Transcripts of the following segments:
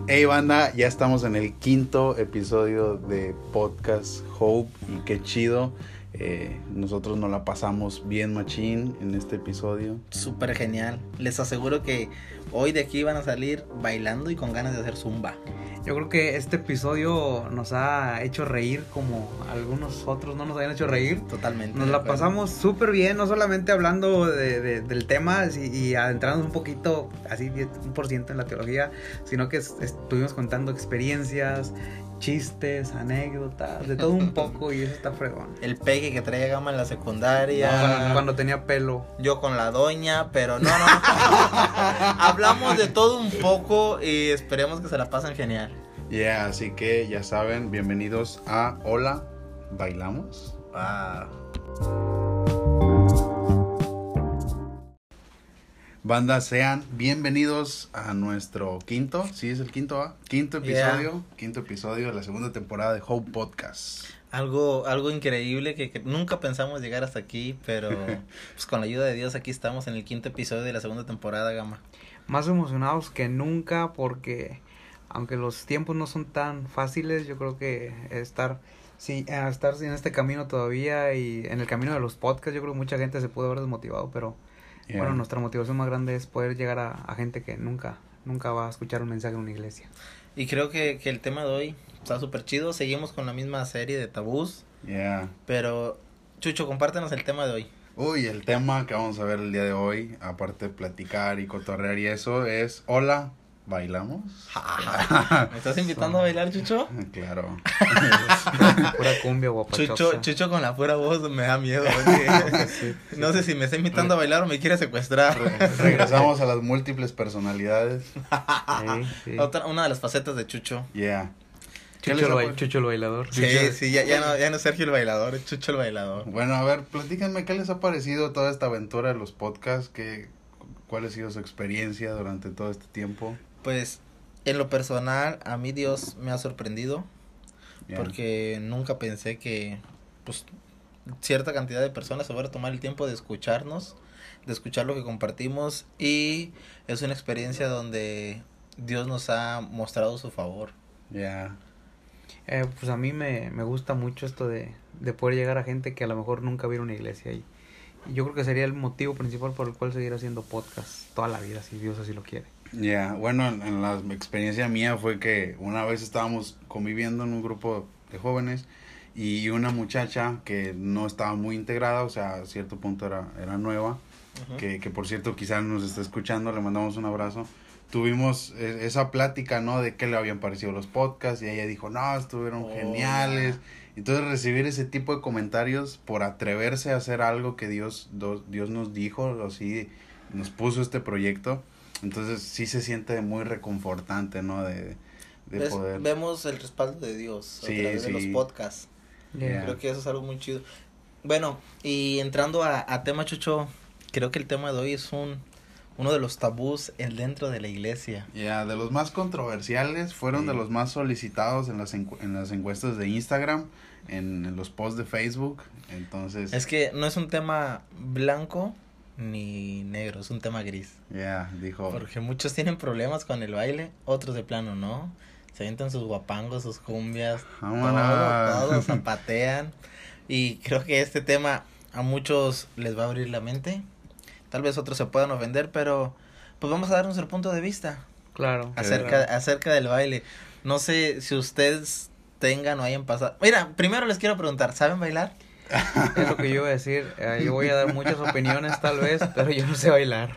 Hey banda, ya estamos en el 5º episodio de Podcast Hope y qué chido. Nosotros nos la pasamos bien machín en este episodio. Súper genial. Les aseguro que hoy de aquí van a salir bailando y con ganas de hacer zumba. Yo creo que este episodio nos ha hecho reír como algunos otros no nos habían hecho reír. Totalmente. Nos la pasamos súper bien, no solamente hablando del tema y adentrándonos un poquito, así 1% en la teología, sino que estuvimos contando experiencias, chistes, anécdotas, de todo un poco y eso está fregón. El pegue que traía Gama en la secundaria. Cuando tenía pelo. Yo con la doña, pero no. Hablamos de todo un poco y esperemos que se la pasen genial. Yeah, así que ya saben, bienvenidos a Hola, ¿bailamos? Banda, sean bienvenidos a nuestro quinto episodio, quinto episodio de la segunda temporada de Hope Podcast. Algo increíble que nunca pensamos llegar hasta aquí, pero pues con la ayuda de Dios aquí estamos en el 5º episodio de la segunda temporada, Gama. Más emocionados que nunca porque aunque los tiempos no son tan fáciles, yo creo que estar en este camino todavía y en el camino de los podcasts, yo creo que mucha gente se pudo haber desmotivado, pero bueno, nuestra motivación más grande es poder llegar a gente que nunca va a escuchar un mensaje en una iglesia. Y creo que el tema de hoy está súper chido. Seguimos con la misma serie de tabús. Pero, Chucho, compártenos el tema de hoy. Uy, el tema que vamos a ver el día de hoy, aparte de platicar y cotorrear y eso, es Hola, ¿bailamos? ¿Me estás invitando a bailar, Chucho? Claro. Pura cumbia guapachosa. Chucho con la pura voz me da miedo. No sé si me está invitando a bailar o me quiere secuestrar. Regresamos a las múltiples personalidades. Sí. Una de las facetas de Chucho. Yeah. Chucho el bailador. Sí, ya no es Sergio el bailador, es Chucho el bailador. Bueno, a ver, platíquenme, ¿qué les ha parecido toda esta aventura de los podcasts? ¿Cuál ha sido su experiencia durante todo este tiempo? Pues, en lo personal, a mí Dios me ha sorprendido. Yeah. Porque nunca pensé que, pues, cierta cantidad de personas se van a tomar el tiempo de escucharnos, de escuchar lo que compartimos. Y es una experiencia donde Dios nos ha mostrado su favor. Yeah. Pues a mí me gusta mucho esto de poder llegar a gente que a lo mejor nunca vieron una iglesia y yo creo que sería el motivo principal por el cual seguir haciendo podcast toda la vida, si Dios así lo quiere. Yeah. Bueno, en la experiencia mía fue que una vez estábamos conviviendo en un grupo de jóvenes y una muchacha que no estaba muy integrada, o sea, a cierto punto era nueva, uh-huh. que por cierto quizás nos está escuchando, le mandamos un abrazo. Tuvimos esa plática, ¿no? De qué le habían parecido los podcasts y ella dijo, no, estuvieron geniales. Entonces recibir ese tipo de comentarios por atreverse a hacer algo que Dios nos dijo, así nos puso este proyecto. Entonces sí se siente muy reconfortante, ¿no? De poder. Vemos el respaldo de Dios a través de los podcasts. Yeah. Creo que eso es algo muy chido. Bueno, y entrando a tema, Chucho, creo que el tema de hoy es uno de los tabús dentro de la iglesia. De los más controversiales, fueron de los más solicitados en las encuestas de Instagram, en los posts de Facebook. Entonces es que no es un tema blanco ni negro, es un tema gris. Dijo. Porque muchos tienen problemas con el baile, otros de plano no. Se avientan sus guapangos, sus cumbias, todos zapatean. Y creo que este tema a muchos les va a abrir la mente. Tal vez otros se puedan ofender, pero pues vamos a dar nuestro punto de vista. Claro. Acerca del baile. No sé si ustedes tengan o hayan pasado. Mira, primero les quiero preguntar, ¿saben bailar? Es lo que yo iba a decir. Yo voy a dar muchas opiniones tal vez, pero yo no sé bailar.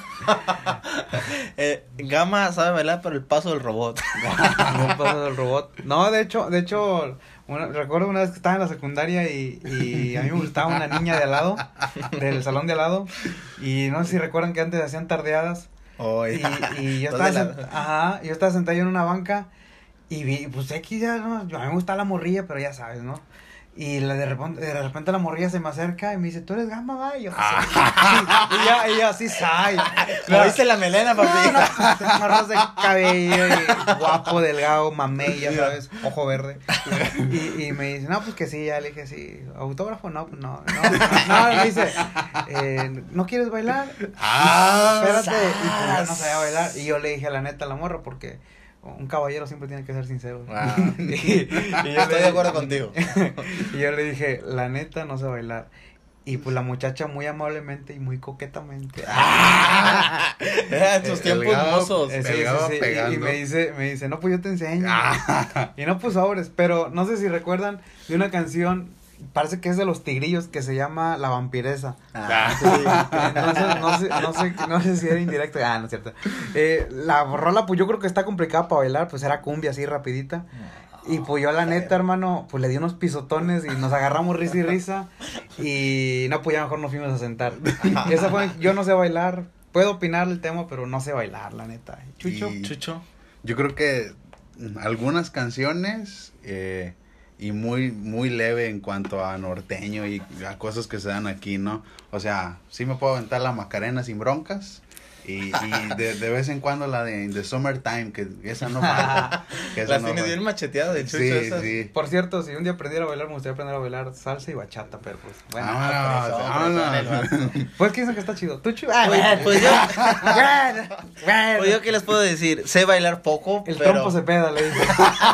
Gama sabe bailar, pero el paso del robot. El paso del robot. No, de hecho, recuerdo una vez que estaba en la secundaria y a mí me gustaba una niña de al lado, del salón de al lado, y no sé si recuerdan que antes hacían tardeadas. Y yo estaba sentado en una banca y vi, pues aquí ya, ¿no? A mí me gusta la morrilla, pero ya sabes, ¿no? Y de repente la morrilla se me acerca y me dice, ¿tú eres Gama, va? Y yo, sí. Y yo, sí, soy. ¿Lo viste la melena, papi? No, arroz de cabello y guapo, delgado, mamey, ya sabes, ojo verde. Y me dice, no, pues que sí, ya le dije, sí. ¿Autógrafo? No, pues no. No, me dice, ¿no quieres bailar? Espérate. Y pues yo no sabía bailar. Y yo le dije a la neta a la morra porque un caballero siempre tiene que ser sincero. Wow. y yo Estoy de acuerdo contigo. Y yo le dije, la neta, no sé bailar. Y pues la muchacha muy amablemente y muy coquetamente. En tus tiempos mozos. Y me dice, no, pues yo te enseño. Y no, pues sobres. Pero no sé si recuerdan de una canción, parece que es de los Tigrillos, que se llama La Vampiresa. Entonces, no sé si era indirecto. No es cierto. La rola, pues yo creo que está complicada para bailar, pues era cumbia así rapidita. Y pues yo la neta, hermano, pues le di unos pisotones y nos agarramos risa y risa. Y no, pues ya mejor nos fuimos a sentar. Esa fue, yo no sé bailar. Puedo opinar el tema, pero no sé bailar, la neta. Chucho. Yo creo que algunas canciones y muy leve en cuanto a norteño y a cosas que se dan aquí, ¿no? O sea, sí me puedo aventar la Macarena sin broncas. Y de vez en cuando la de The Summertime, que esa no falta. Las tienes bien macheteadas de Chucho. Sí, esas. sí. Por cierto, si un día aprendiera a bailar, me gustaría aprender a bailar salsa y bachata, pero pues, bueno. Pues que dicen que está chido. ¿Tú, Chucho? Pues yo, ¿qué les puedo decir? Sé bailar poco, el trompo se peda, le dije.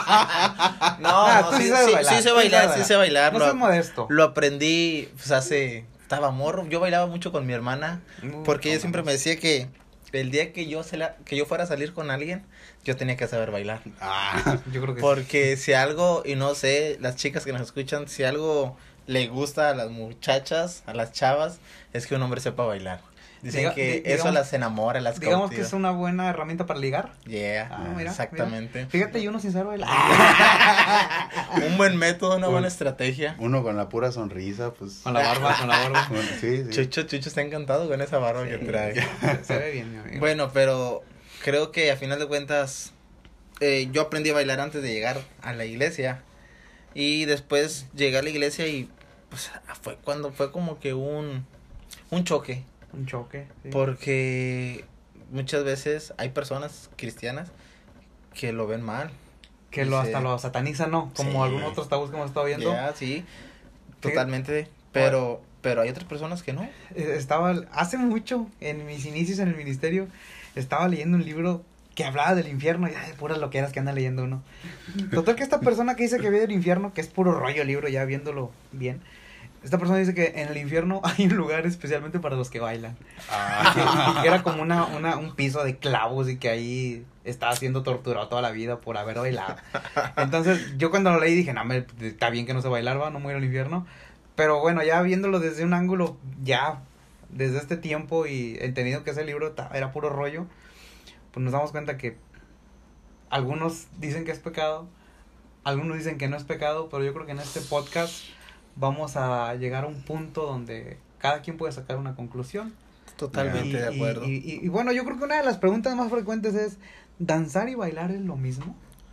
Sí sé bailar. No soy modesto. Lo aprendí, pues estaba morro. Yo bailaba mucho con mi hermana, porque ella siempre me decía que el día que yo fuera a salir con alguien, yo tenía que saber bailar. Yo creo que porque si algo, y no sé, las chicas que nos escuchan, si algo le gusta a las muchachas, a las chavas, es que un hombre sepa bailar. Dicen que eso las enamora, las cautiva. Digamos que es una buena herramienta para ligar. Yeah, mira, exactamente. Mira. Fíjate, yo no sin saber bailar. Un buen método, una buena estrategia. Uno con la pura sonrisa, pues. Con la barba. Bueno, sí. Chucho está encantado con esa barba que trae. Se ve bien, mi amigo. Bueno, pero creo que a final de cuentas, yo aprendí a bailar antes de llegar a la iglesia. Y después llegué a la iglesia y pues fue como que un choque. Un choque. Sí. Porque muchas veces hay personas cristianas que lo ven mal. Que hasta lo satanizan, ¿no? Como algunos otros tabús que hemos estado viendo. Sí, totalmente. Pero hay otras personas que no. Hace mucho, en mis inicios en el ministerio, estaba leyendo un libro que hablaba del infierno. Y puras loqueras que anda leyendo uno. Total que esta persona que dice que ve del infierno, que es puro rollo el libro, ya viéndolo bien. Esta persona dice que en el infierno hay un lugar especialmente para los que bailan. Y que era como un piso de clavos y que ahí estaba siendo torturado toda la vida por haber bailado. Entonces, yo cuando lo leí dije, no, está bien que no se bailar, no muero al infierno. Pero bueno, ya viéndolo desde un ángulo, ya desde este tiempo y entendido que ese libro era puro rollo, pues nos damos cuenta que algunos dicen que es pecado, algunos dicen que no es pecado, pero yo creo que en este podcast vamos a llegar a un punto donde cada quien puede sacar una conclusión. Totalmente de acuerdo. Y bueno, yo creo que una de las preguntas más frecuentes es, ¿danzar y bailar es lo mismo?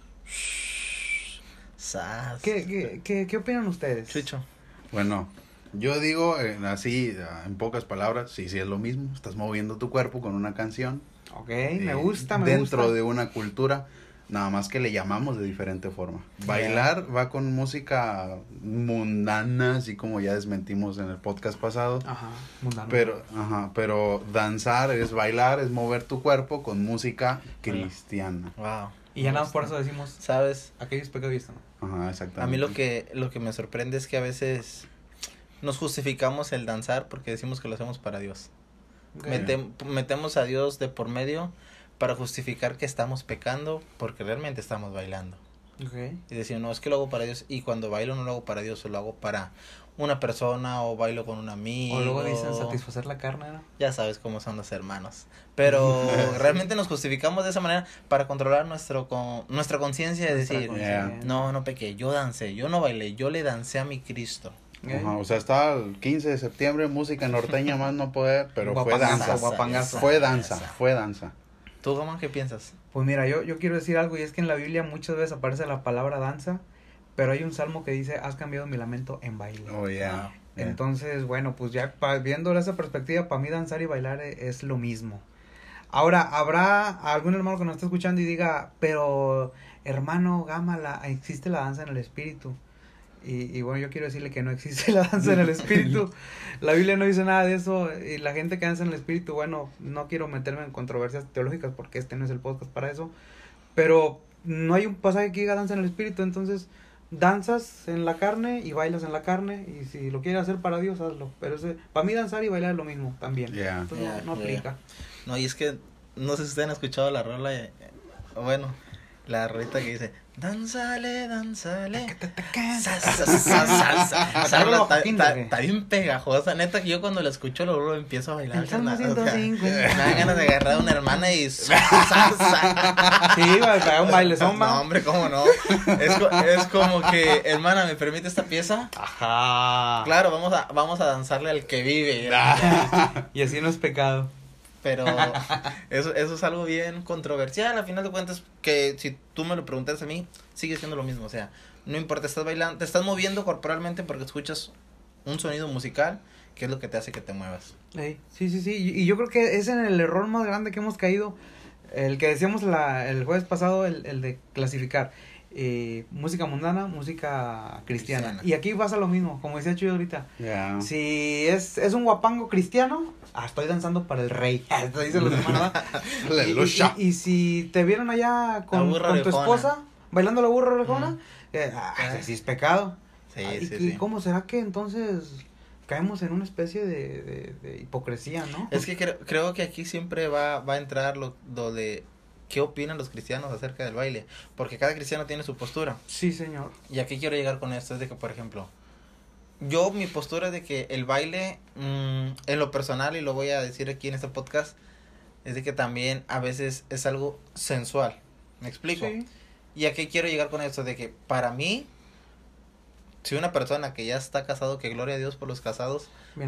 ¿Qué opinan ustedes? Chucho. Bueno, yo digo así, en pocas palabras, sí es lo mismo. Estás moviendo tu cuerpo con una canción. Ok, me gusta. Dentro de una cultura. Nada más que le llamamos de diferente forma. Bailar va con música mundana, así como ya desmentimos en el podcast pasado. Mundana. Pero danzar es bailar, es mover tu cuerpo con música cristiana. Wow. Y ya nada más por eso decimos, ¿sabes? Aquellos pecados y esto, ¿no? Exactamente. A mí lo que me sorprende es que a veces nos justificamos el danzar porque decimos que lo hacemos para Dios. Okay. Metemos a Dios de por medio para justificar que estamos pecando porque realmente estamos bailando. Okay. Y decir, no, es que lo hago para Dios, y cuando bailo no lo hago para Dios, lo hago para una persona o bailo con un amigo. O luego dicen satisfacer la carne, ¿no? Ya sabes cómo son los hermanos. Pero realmente nos justificamos de esa manera para controlar nuestra conciencia y decir, no pequé, yo dancé, yo no bailé, yo le dancé a mi Cristo. O sea, estaba el 15 de septiembre, música norteña más no poder, pero guapangazo. Fue danza. ¿Tú, Gama, qué piensas? Pues mira, yo quiero decir algo, y es que en la Biblia muchas veces aparece la palabra danza, pero hay un salmo que dice, has cambiado mi lamento en baile. Oh, yeah. Entonces, bueno, pues ya viendo esa perspectiva, para mí danzar y bailar es lo mismo. Ahora, habrá algún hermano que nos esté escuchando y diga, pero hermano Gama, existe la danza en el espíritu. Y bueno, yo quiero decirle que no existe la danza en el espíritu. La Biblia no dice nada de eso. Y la gente que danza en el espíritu, bueno, no quiero meterme en controversias teológicas porque este no es el podcast para eso. Pero no hay un pasaje que diga danza en el espíritu, entonces danzas en la carne y bailas en la carne, y si lo quieres hacer para Dios, hazlo. Pero para mí danzar y bailar es lo mismo también. Yeah. Entonces no aplica. No, y es que no sé si ustedes han escuchado la rola, bueno, la rolita que dice, dánzale, dánzale, está bien pegajosa, neta, que yo cuando la escucho luego empiezo a bailar. Me dan ganas de agarrar a una hermana y sí, para un baile zomba. No, hombre, cómo no. Es como que, hermana, ¿me permite esta pieza? Ajá. Claro, vamos a danzarle al que vive. Y así no es pecado. Pero eso es algo bien controversial, a final de cuentas, que si tú me lo preguntas a mí, sigue siendo lo mismo, o sea, no importa, estás bailando, te estás moviendo corporalmente porque escuchas un sonido musical, que es lo que te hace que te muevas. Sí, y yo creo que es en el error más grande que hemos caído, el que decíamos el jueves pasado, el de clasificar música mundana, música cristiana. Y aquí pasa lo mismo, como decía Chuy ahorita. Yeah. Si es un guapango cristiano, estoy danzando para el rey. Dicen los hermanos. Y si te vieron allá con tu esposa bailando la burra orejona, así es pecado. ¿Y cómo será que entonces caemos en una especie de hipocresía, no? Es que creo que aquí siempre va a entrar lo de qué opinan los cristianos acerca del baile, porque cada cristiano tiene su postura. Sí, señor. Y aquí quiero llegar con esto, es de que, por ejemplo, mi postura es de que el baile, en lo personal, y lo voy a decir aquí en este podcast, es de que también a veces es algo sensual. ¿Me explico? Sí. Y aquí quiero llegar con esto, de que para mí, si una persona que ya está casado, que gloria a Dios por los casados,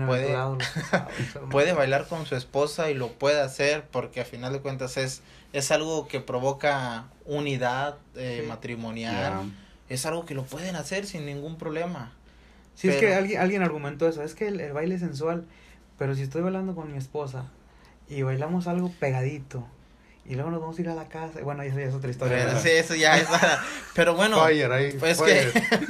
puede bailar con su esposa y lo puede hacer, porque a final de cuentas es algo que provoca unidad matrimonial. Yeah. Es algo que lo pueden hacer sin ningún problema. Sí, pero es que alguien argumentó eso, es que el baile es sensual, pero si estoy bailando con mi esposa y bailamos algo pegadito y luego nos vamos a ir a la casa, bueno, eso ya es otra historia. Pero, sí, eso ya es pero bueno, pues que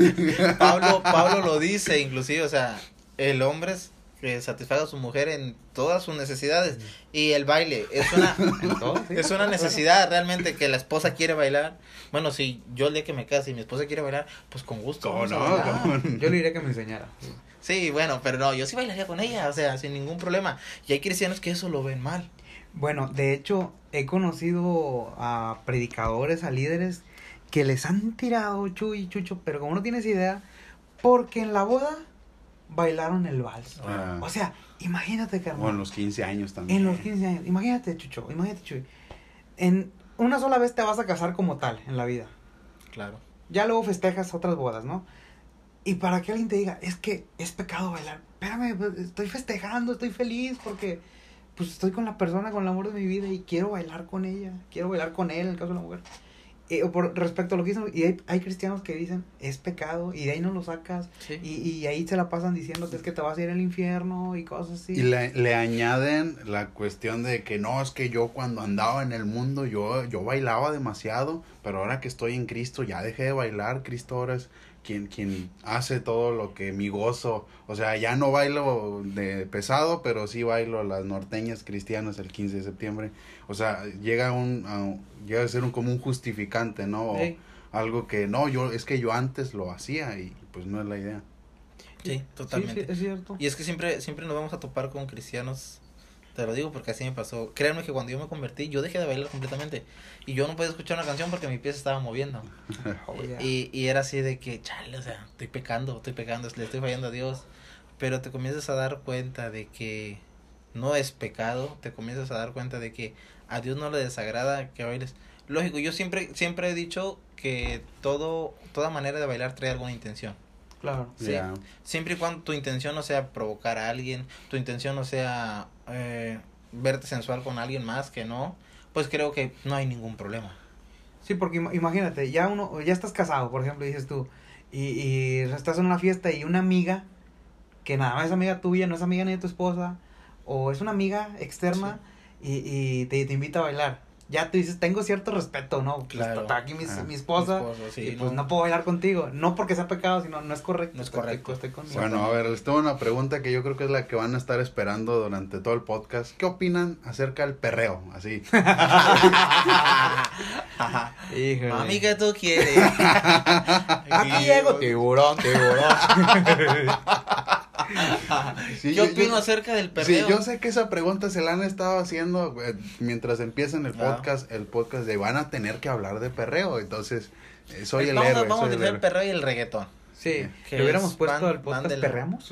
Pablo lo dice inclusive, o sea, el hombre que satisfaga a su mujer en todas sus necesidades, y el baile es una necesidad realmente, que la esposa quiere bailar. Bueno, si yo el día que me case y mi esposa quiere bailar, pues con gusto. ¿Cómo no? Yo le diría que me enseñara. Sí, bueno, pero no, yo sí bailaría con ella, o sea, sin ningún problema. Y hay cristianos que eso lo ven mal. Bueno, de hecho, he conocido a predicadores, a líderes que les han tirado Chucho, pero como no tienes idea, porque en la boda bailaron el vals. O sea, imagínate, carnal. O en los 15 años también. En los 15 años. Imagínate, Chuy. En una sola vez te vas a casar como tal en la vida. Claro. Ya luego festejas otras bodas, ¿no? Y para que alguien te diga, es que es pecado bailar. Espérame, pues, estoy festejando, estoy feliz porque pues estoy con la persona, con el amor de mi vida y quiero bailar con ella, quiero bailar con él en el caso de la mujer. Respecto a lo que dicen, y hay cristianos que dicen, es pecado, y de ahí no lo sacas, sí. y ahí se la pasan diciéndote, es que te vas a ir al infierno, y cosas así. Y le añaden la cuestión de que no, es que yo cuando andaba en el mundo, yo bailaba demasiado, pero ahora que estoy en Cristo, ya dejé de bailar. Cristo ahora es quien hace todo lo que mi gozo, o sea, ya no bailo de pesado, pero sí bailo las norteñas cristianas el 15 de septiembre, o sea, llega a ser como un justificante, ¿no? O sí. Algo que, no, es que yo antes lo hacía y pues no es la idea. Sí, totalmente. Sí, es cierto. Y es que siempre nos vamos a topar con cristianos, te lo digo porque así me pasó. Créanme que cuando yo me convertí, yo dejé de bailar completamente. Y yo no podía escuchar una canción porque mi pie se estaba moviendo. Y era así de que, chale, o sea, estoy pecando, le estoy fallando a Dios. Pero te comienzas a dar cuenta de que no es pecado, te comienzas a dar cuenta de que a Dios no le desagrada que bailes. Lógico, yo siempre he dicho que toda manera de bailar trae alguna intención. Claro. Sí. Yeah. Siempre y cuando tu intención no sea provocar a alguien, tu intención no sea verte sensual con alguien más, que no, pues creo que no hay ningún problema. Sí, porque imagínate, ya estás casado, por ejemplo, dices tú, y estás en una fiesta y una amiga, que nada más es amiga tuya, no es amiga ni de tu esposa, o es una amiga externa, sí. y te invita a bailar. ya tú dices, tengo cierto respeto, ¿no? Claro. Pues, está aquí mi esposa, sí, y pues no puedo bailar contigo. No porque sea pecado, sino no es correcto. No es correcto. Estoy conmigo. Bueno, a ver, les tengo una pregunta que yo creo que es la que van a estar esperando durante todo el podcast. ¿Qué opinan acerca del perreo? Así. Híjole. Mami, ¿qué tú quieres? Aquí llego, tiburón. Sí, ¿Qué opino acerca del perreo? Sí, yo sé que esa pregunta se la han estado haciendo mientras empiezan el podcast de van a tener que hablar de perreo, entonces soy el héroe. Vamos a decir el perreo y el reggaetón. Sí, que le hubiéramos es- puesto van- el podcast van de la- ¿Perreamos?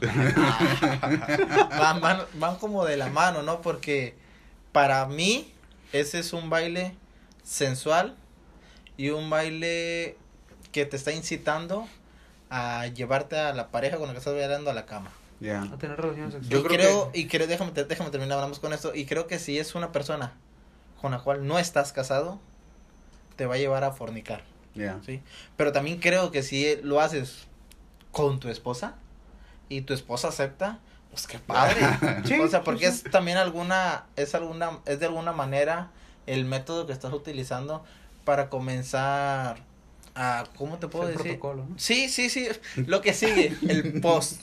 Van como de la mano, ¿no? Porque para mí ese es un baile sensual y un baile que te está incitando a llevarte a la pareja con la que estás bailando a la cama. Ya. A tener relaciones sexuales. Yo creo Déjame terminar, hablamos con esto, y creo que si es una persona con la cual no estás casado, te va a llevar a fornicar, Ya. ¿sí? Pero también creo que si lo haces con tu esposa y tu esposa acepta, pues qué padre. Sí, O sea, porque sí, es también es de alguna manera el método que estás utilizando para comenzar a, ¿cómo te puedo Es el decir? protocolo, ¿no? Sí, lo que sigue, el post.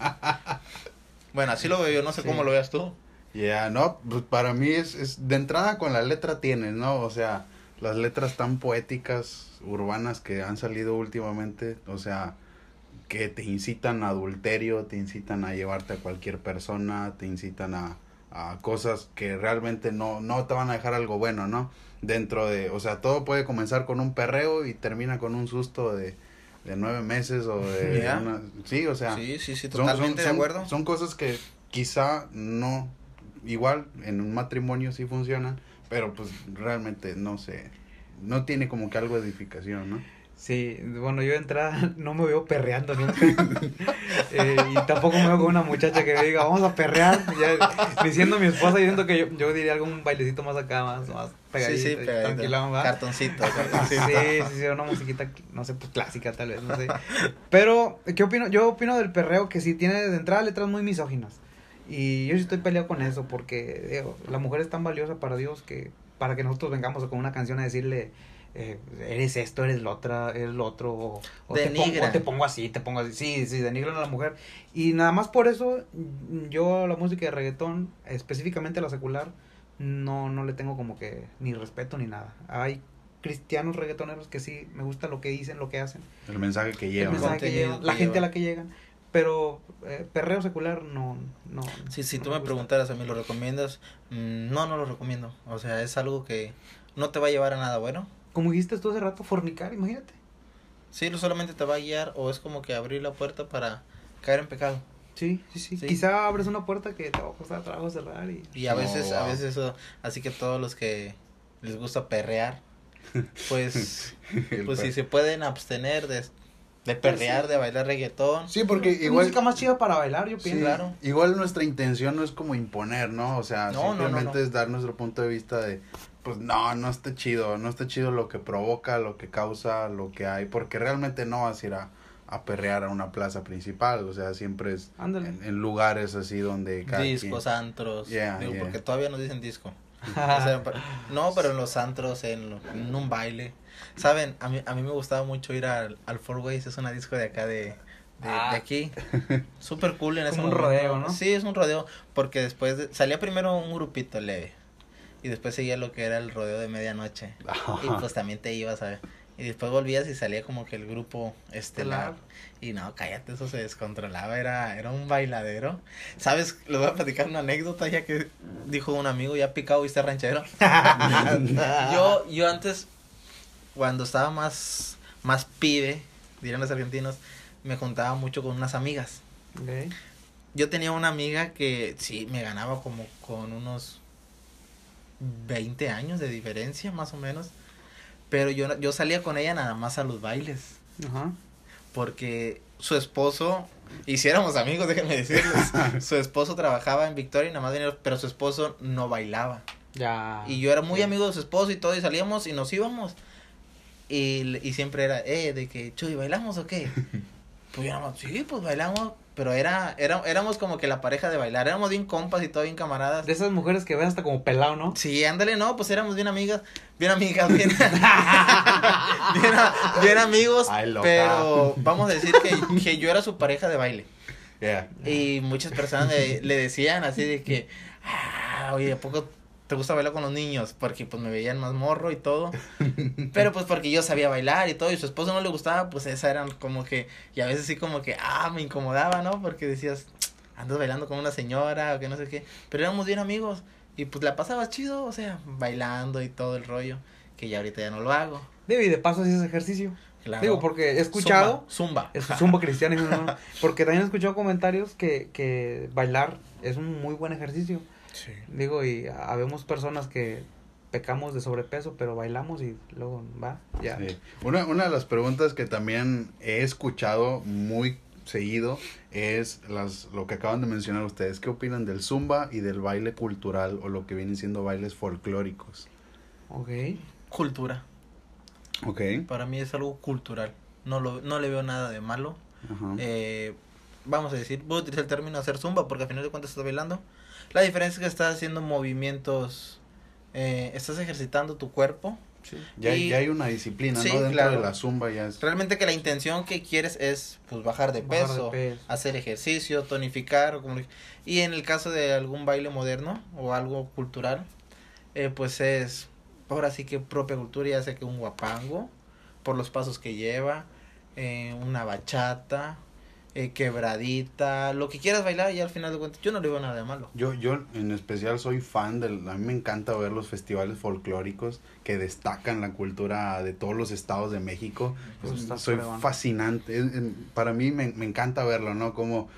Bueno, así lo veo yo, no sé Sí. cómo lo veas tú. Ya, no, pues para mí es de entrada con la letra tienes, ¿no? O sea, las letras tan poéticas, urbanas que han salido últimamente, o sea, que te incitan a adulterio, te incitan a llevarte a cualquier persona, te incitan a cosas que realmente no te van a dejar algo bueno, ¿no? Dentro de, o sea, todo puede comenzar con un perreo y termina con un susto de 9 meses o de Ya. sí, o sea, Sí, son- totalmente de acuerdo. Son cosas que quizá no, igual en un matrimonio sí funcionan, pero pues realmente no tiene como que algo de edificación, ¿no? Sí, bueno, yo de entrada no me veo perreando nunca. Y tampoco me veo con una muchacha que me diga, vamos a perrear. Ya, diciendo mi esposa, diciendo que yo diría algún bailecito más acá, más pegadito. Sí, pegadito. Tranquilón, ¿va? Cartoncito. Sí, una musiquita, no sé, pues clásica tal vez, no sé. Pero, ¿qué opino? Yo opino del perreo que sí tiene de entrada letras muy misóginas. Y yo sí estoy peleado con eso, porque digo, la mujer es tan valiosa para Dios que para que nosotros vengamos con una canción a decirle, eres esto, eres lo otra, eres lo otro, o te pongo así, sí, denigran a la mujer. Y nada más por eso, yo la música de reggaetón, específicamente la secular, no le tengo como que ni respeto ni nada. Hay cristianos reggaetoneros que sí, me gusta lo que dicen, lo que hacen. El mensaje que El lleva. mensaje que llevan, la gente a la que llegan. Pero perreo secular no. Sí, si no tú me me gusta. preguntaras a mí, ¿lo recomiendas? No lo recomiendo. O sea, es algo que no te va a llevar a nada bueno. Como dijiste tú hace rato, fornicar, imagínate. Sí, solamente te va a guiar, o es como que abrir la puerta para caer en pecado. Sí. Quizá abres una puerta que te va a costar trabajo cerrar Y a veces, wow. eso, así que todos los que les gusta perrear, pues, pues si se pueden abstener de perrear, de bailar reggaetón. Sí, porque Igual, igual música más chida para bailar, yo sí, pienso. claro. igual nuestra intención no es como imponer, ¿no? O sea, No, simplemente no. es dar nuestro punto de vista de, pues no está chido lo que provoca, lo que causa, lo que hay, porque realmente no vas a ir a perrear a una plaza principal, o sea, siempre es Ándale. en lugares así donde cada Discos, antros, Yeah, digo, yeah. porque todavía nos dicen disco. O sea, no, pero en los antros, en un baile. Saben, a mí me gustaba mucho ir al Four Ways, es una disco de acá de aquí. Súper cool en ese Como un momento. rodeo, ¿no? Sí, es un rodeo, porque después salía primero un grupito leve y después seguía lo que era el rodeo de medianoche. Y pues también te ibas a ver. Y después volvías y salía como que el grupo estelar. Y no, cállate, eso se descontrolaba, era un bailadero. ¿Sabes? Les voy a platicar una anécdota ya que dijo un amigo, ya picado y está ranchero. yo antes, cuando estaba más pibe, dirían los argentinos, me juntaba mucho con unas amigas. Okay. Yo tenía una amiga que sí, me ganaba como con unos 20 años de diferencia, más o menos. Pero yo salía con ella nada más a los bailes. Ajá. Porque su esposo, y si éramos amigos, déjenme decirles, su esposo trabajaba en Victoria y nada más dinero, pero su esposo no bailaba. Ya. Y yo era muy amigo de su esposo y todo, y salíamos y nos íbamos. Y siempre era, de que, Chuy, ¿bailamos o qué? Pues yo nada más, sí, pues bailamos. pero éramos como que la pareja de bailar, éramos bien compas y todo bien camaradas. De esas mujeres que ves hasta como pelado, ¿no? Sí, ándale, no, pues éramos bien amigas, bien, bien amigos, Ay, loca. pero vamos a decir que yo era su pareja de baile. Yeah. Y muchas personas le decían así de que, oye, ¿a poco te gusta bailar con los niños? Porque pues me veían más morro y todo, pero pues porque yo sabía bailar y todo, y su esposo no le gustaba, pues esa eran como que, y a veces sí como que, me incomodaba, ¿no? Porque decías, andas bailando con una señora o que no sé qué, pero éramos bien amigos, y pues la pasabas chido, o sea, bailando y todo el rollo, que ya ahorita ya no lo hago. Digo, y de paso haces ejercicio. Claro. Digo, porque he escuchado... Zumba. Es zumba cristiano. ¿No? Porque también he escuchado comentarios que bailar es un muy buen ejercicio. Sí. Digo, y habemos personas que pecamos de sobrepeso, pero bailamos y luego va, ya. Sí. Una de las preguntas que también he escuchado muy seguido es lo que acaban de mencionar ustedes. ¿Qué opinan del zumba y del baile cultural o lo que vienen siendo bailes folclóricos? Ok. Cultura. Ok. Para mí es algo cultural. No le veo nada de malo. Ajá. Vamos a decir, voy a utilizar el término hacer zumba porque al final de cuentas estás bailando. La diferencia es que estás haciendo movimientos, estás ejercitando tu cuerpo. Sí. Ya hay una disciplina, sí, ¿no? Dentro claro. de la zumba ya es... Realmente que la intención que quieres es pues bajar de peso, hacer ejercicio, tonificar. Y en el caso de algún baile moderno o algo cultural, pues es ahora sí que propia cultura, ya sea que un guapango, por los pasos que lleva, una bachata, quebradita, lo que quieras bailar, y al final de cuentas yo no le veo nada de malo. Yo en especial soy fan a mí me encanta ver los festivales folclóricos que destacan la cultura de todos los estados de México. Soy fascinante, para mí me encanta verlo, ¿no? Como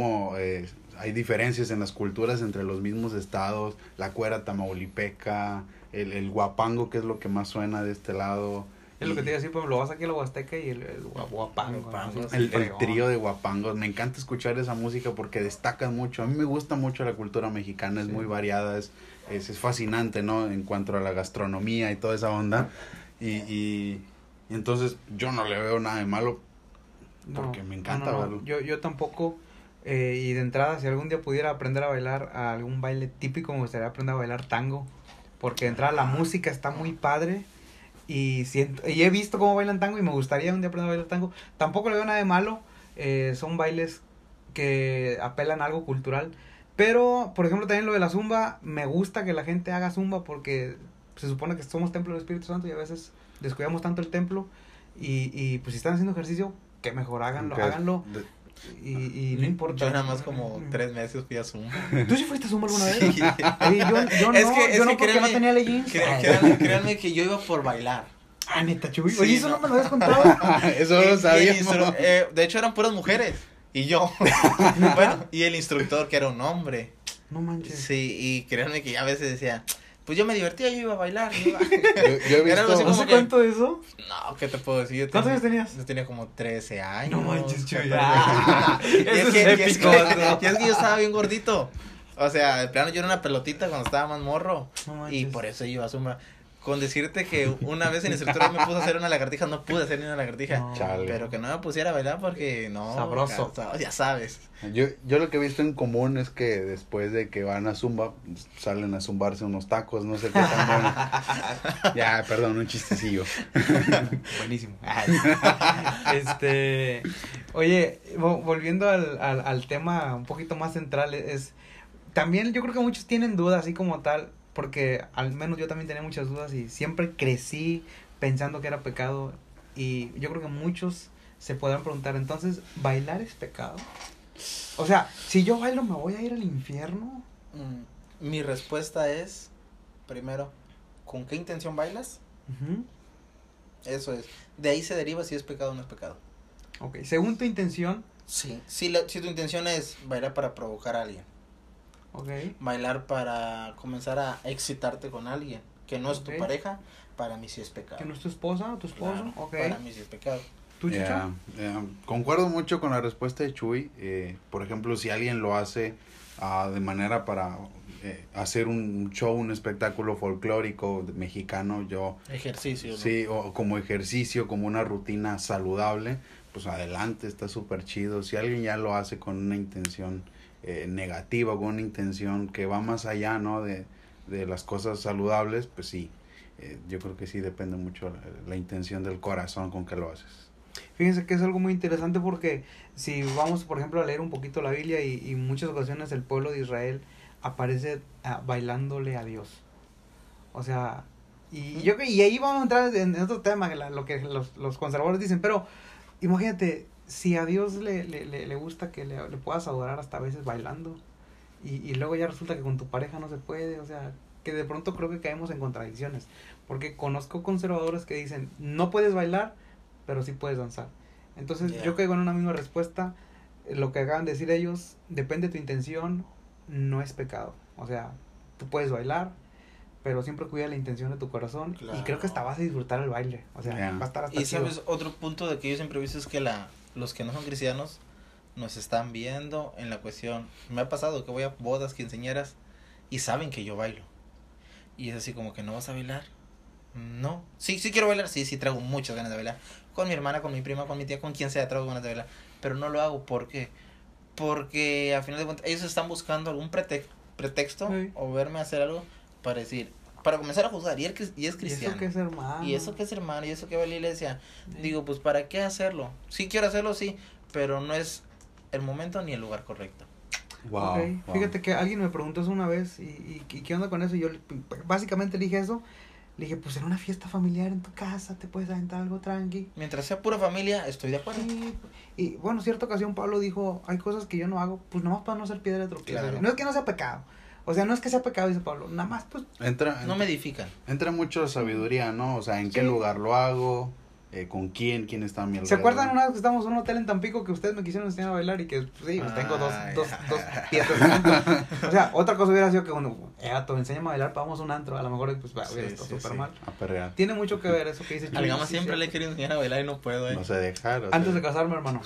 hay diferencias en las culturas entre los mismos estados, la cuera tamaulipeca, el guapango, que es lo que más suena de este lado. Es lo que te iba a decir, pues lo vas aquí a la Huasteca y el guapango. El trío de guapangos. Me encanta escuchar esa música porque destacan mucho. A mí me gusta mucho la cultura mexicana, es muy variada, es fascinante, ¿no? En cuanto a la gastronomía y toda esa onda. Y entonces yo no le veo nada de malo porque me encanta verlo. Yo tampoco. Y de entrada, si algún día pudiera aprender a bailar a algún baile típico, me gustaría aprender a bailar tango. Porque de entrada la música está muy padre. Y he visto cómo bailan tango y me gustaría un día aprender a bailar tango. Tampoco le veo nada de malo. Son bailes que apelan a algo cultural. Pero, por ejemplo, también lo de la zumba. Me gusta que la gente haga zumba porque se supone que somos templo del Espíritu Santo y a veces descuidamos tanto el templo. Y pues si están haciendo ejercicio, que mejor háganlo. Y no importa. Yo nada más como 3 meses fui a Zumba. ¿Tú sí fuiste a Zumba alguna vez? Sí. Yo no porque no tenía leggings. Créanme que yo iba por bailar. Neta, Chuy. Sí, Oye, eso no me lo habías contado. Eso no lo sabía. De hecho eran puras mujeres. Y yo. Bueno, y el instructor que era un hombre. No manches. Sí, y créanme que a veces decía, pues yo me divertía, yo iba a bailar. Yo he visto... ¿No se cuento de eso? No, ¿qué te puedo decir? ¿Cuántos años tenías? Yo tenía como 13 años. No manches, Chuy. Eso es épico. Y es que yo estaba bien gordito. O sea, de plano yo era una pelotita cuando estaba más morro. No y por eso yo iba a Zumba. Con decirte que una vez el instructor me puso a hacer una lagartija, no pude hacer ni una lagartija. No. Pero que no me pusiera a bailar porque no. Sabroso. Ya sabes. Yo lo que he visto en común es que después de que van a Zumba, salen a zumbarse unos tacos, no sé qué tan bueno. Ya, perdón, un chistecillo. Buenísimo. Oye, volviendo al tema un poquito más central, también yo creo que muchos tienen dudas así como tal, porque al menos yo también tenía muchas dudas y siempre crecí pensando que era pecado, y yo creo que muchos se podrán preguntar, entonces, ¿bailar es pecado? O sea, si yo bailo, ¿me voy a ir al infierno? Mi respuesta es, primero, ¿con qué intención bailas? Uh-huh. Eso es. De ahí se deriva si es pecado o no es pecado. Ok, según tu intención. Sí, si tu intención es bailar para provocar a alguien. Okay. Bailar para comenzar a excitarte con alguien que no es tu pareja, para mí sí es pecado. ¿Que no es tu esposa o tu esposo? Claro, okay. Para mí sí es pecado. ¿Tú, Chicho? Concuerdo mucho con la respuesta de Chuy. Por ejemplo, si alguien lo hace de manera para hacer un show, un espectáculo folclórico mexicano, Ejercicio, ¿no? Sí, o como ejercicio, como una rutina saludable, pues adelante, está súper chido. Si alguien ya lo hace con una intención negativa, con una intención que va más allá, ¿no? De las cosas saludables, pues sí, yo creo que sí depende mucho la intención del corazón con que lo haces. Fíjense que es algo muy interesante porque si vamos, por ejemplo, a leer un poquito la Biblia y en muchas ocasiones el pueblo de Israel aparece bailándole a Dios. O sea, y ahí vamos a entrar en otro tema, lo que los conservadores dicen, pero imagínate, si a Dios le gusta que le puedas adorar hasta a veces bailando y luego ya resulta que con tu pareja no se puede, o sea, que de pronto creo que caemos en contradicciones, porque conozco conservadores que dicen, no puedes bailar, pero sí puedes danzar. Entonces yo caigo en una misma respuesta, lo que acaban de decir ellos, depende de tu intención, no es pecado. O sea, tú puedes bailar, pero siempre cuida la intención de tu corazón. Claro. Y creo que hasta vas a disfrutar el baile. O sea, va a estar hasta y chido. sabes, otro punto de que yo siempre he visto es que los que no son cristianos nos están viendo en la cuestión. Me ha pasado que voy a bodas, quinceañeras y saben que yo bailo. Y es así como que, ¿no vas a bailar? No. Sí quiero bailar. Sí, traigo muchas ganas de bailar. Con mi hermana, con mi prima, con mi tía, con quien sea, traigo ganas de bailar. Pero no lo hago. ¿Por qué? Porque a final de cuentas ellos están buscando algún pretexto o verme hacer algo para decir, para comenzar a juzgar. Y es cristiano. ¿Y eso qué es hermano? Y eso que va a la iglesia. Digo, pues ¿para qué hacerlo? Sí quiero hacerlo, sí, pero no es el momento ni el lugar correcto. Wow, okay. Wow. Fíjate que alguien me preguntó eso una vez y ¿qué onda con eso? Y yo básicamente le dije eso. Le dije, pues en una fiesta familiar en tu casa te puedes aventar algo tranqui. Mientras sea pura familia, estoy de acuerdo. Sí. Y bueno, cierta ocasión Pablo dijo, hay cosas que yo no hago, pues nomás para no ser piedra de tropiezo. Claro. No es que no sea pecado. O sea, no es que sea pecado, dice Pablo. Nada más, pues... no me edifican. Entra mucho sabiduría, ¿no? O sea, ¿en qué lugar lo hago? ¿Con quién está a mi alrededor? ¿Se acuerdan una vez que estábamos en un hotel en Tampico que ustedes me quisieron enseñar a bailar y que pues, sí, pues tengo dos piezas? O sea, otra cosa hubiera sido que cuando enséñame a bailar, vamos a un antro, a lo mejor pues hubiera estado súper mal. Tiene mucho que ver eso que dice Chuy. Siempre le he querido enseñar a bailar y no puedo, No se deja. Antes de casarme, hermano.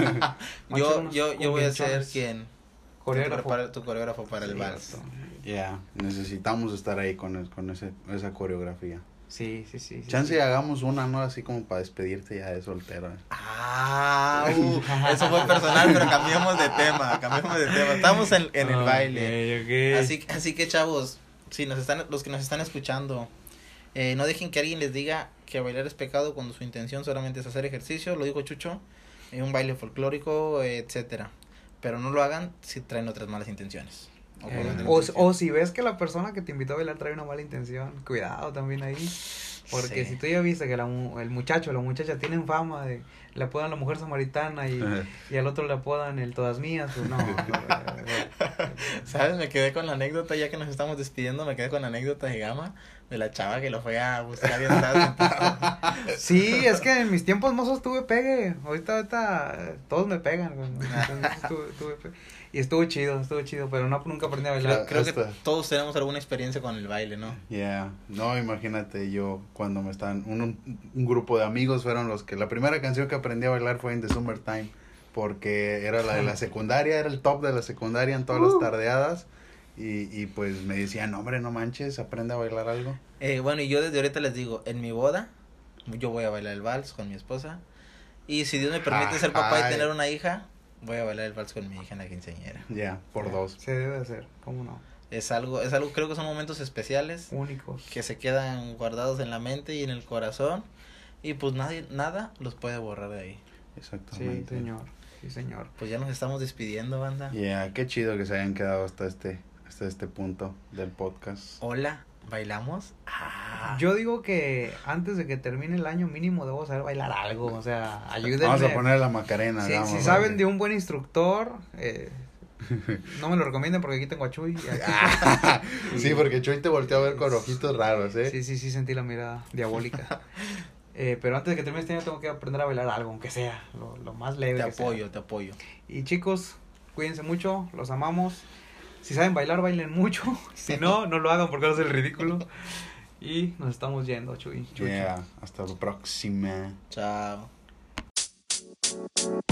yo voy a ser quien tu coreógrafo para el vals. Necesitamos estar ahí con esa coreografía. Sí. Chance y hagamos una, ¿no? Así como para despedirte ya de soltero. Eso fue personal, pero cambiamos de tema. Estamos en el baile. Okay. Así que, chavos, si los que nos están escuchando, no dejen que alguien les diga que bailar es pecado cuando su intención solamente es hacer ejercicio. Lo dijo Chucho, un baile folclórico, etcétera. Pero no lo hagan si traen otras malas intenciones. O si ves que la persona que te invitó a bailar trae una mala intención, cuidado también ahí. Porque si tú ya viste que el muchacho o la muchacha tienen fama de, le apodan la mujer samaritana y al otro le apodan el todas mías, pues no. ¿Sabes? Me quedé con la anécdota, ya que nos estamos despidiendo, me quedé con la anécdota de Gama, de la chava que lo fue a buscar y estaba sentado. Sí, es que en mis tiempos mozos tuve pegue, ahorita todos me pegan. Tuve pegue. Y estuvo chido, pero nunca aprendí a bailar. Creo que todos tenemos alguna experiencia con el baile, ¿no? No, imagínate, yo cuando me estaban, un grupo de amigos fueron los que, la primera canción que aprendí a bailar fue en The Summertime, porque era la de la secundaria, era el top de la secundaria en todas las tardeadas, y pues me decían, hombre, no manches, aprende a bailar algo. Bueno, y yo desde ahorita les digo, en mi boda, yo voy a bailar el vals con mi esposa, y si Dios me permite ser papá y tener una hija, voy a bailar el vals con mi hija en la quinceañera. Por dos. Se debe hacer, ¿cómo no? Es algo, creo que son momentos especiales. Únicos. Que se quedan guardados en la mente y en el corazón. Y pues nada los puede borrar de ahí. Exactamente. Sí, señor. Pues ya nos estamos despidiendo, banda. Qué chido que se hayan quedado hasta este punto del podcast. Hola, ¿bailamos? Yo digo que antes de que termine el año mínimo debo saber bailar algo, o sea, ayúdenme. Vamos a poner la Macarena. Si saben de un buen instructor, no me lo recomienden porque aquí tengo a Chuy. Sí, porque Chuy te volteó a ver con ojitos raros, Sí, sentí la mirada diabólica. Pero antes de que termine este año tengo que aprender a bailar algo, aunque sea lo más leve. Te apoyo. Y chicos, cuídense mucho, los amamos. Si saben bailar, bailen mucho. Si no lo hagan porque va a ser ridículo. Y nos estamos yendo, Chuy. Hasta la próxima. Chao.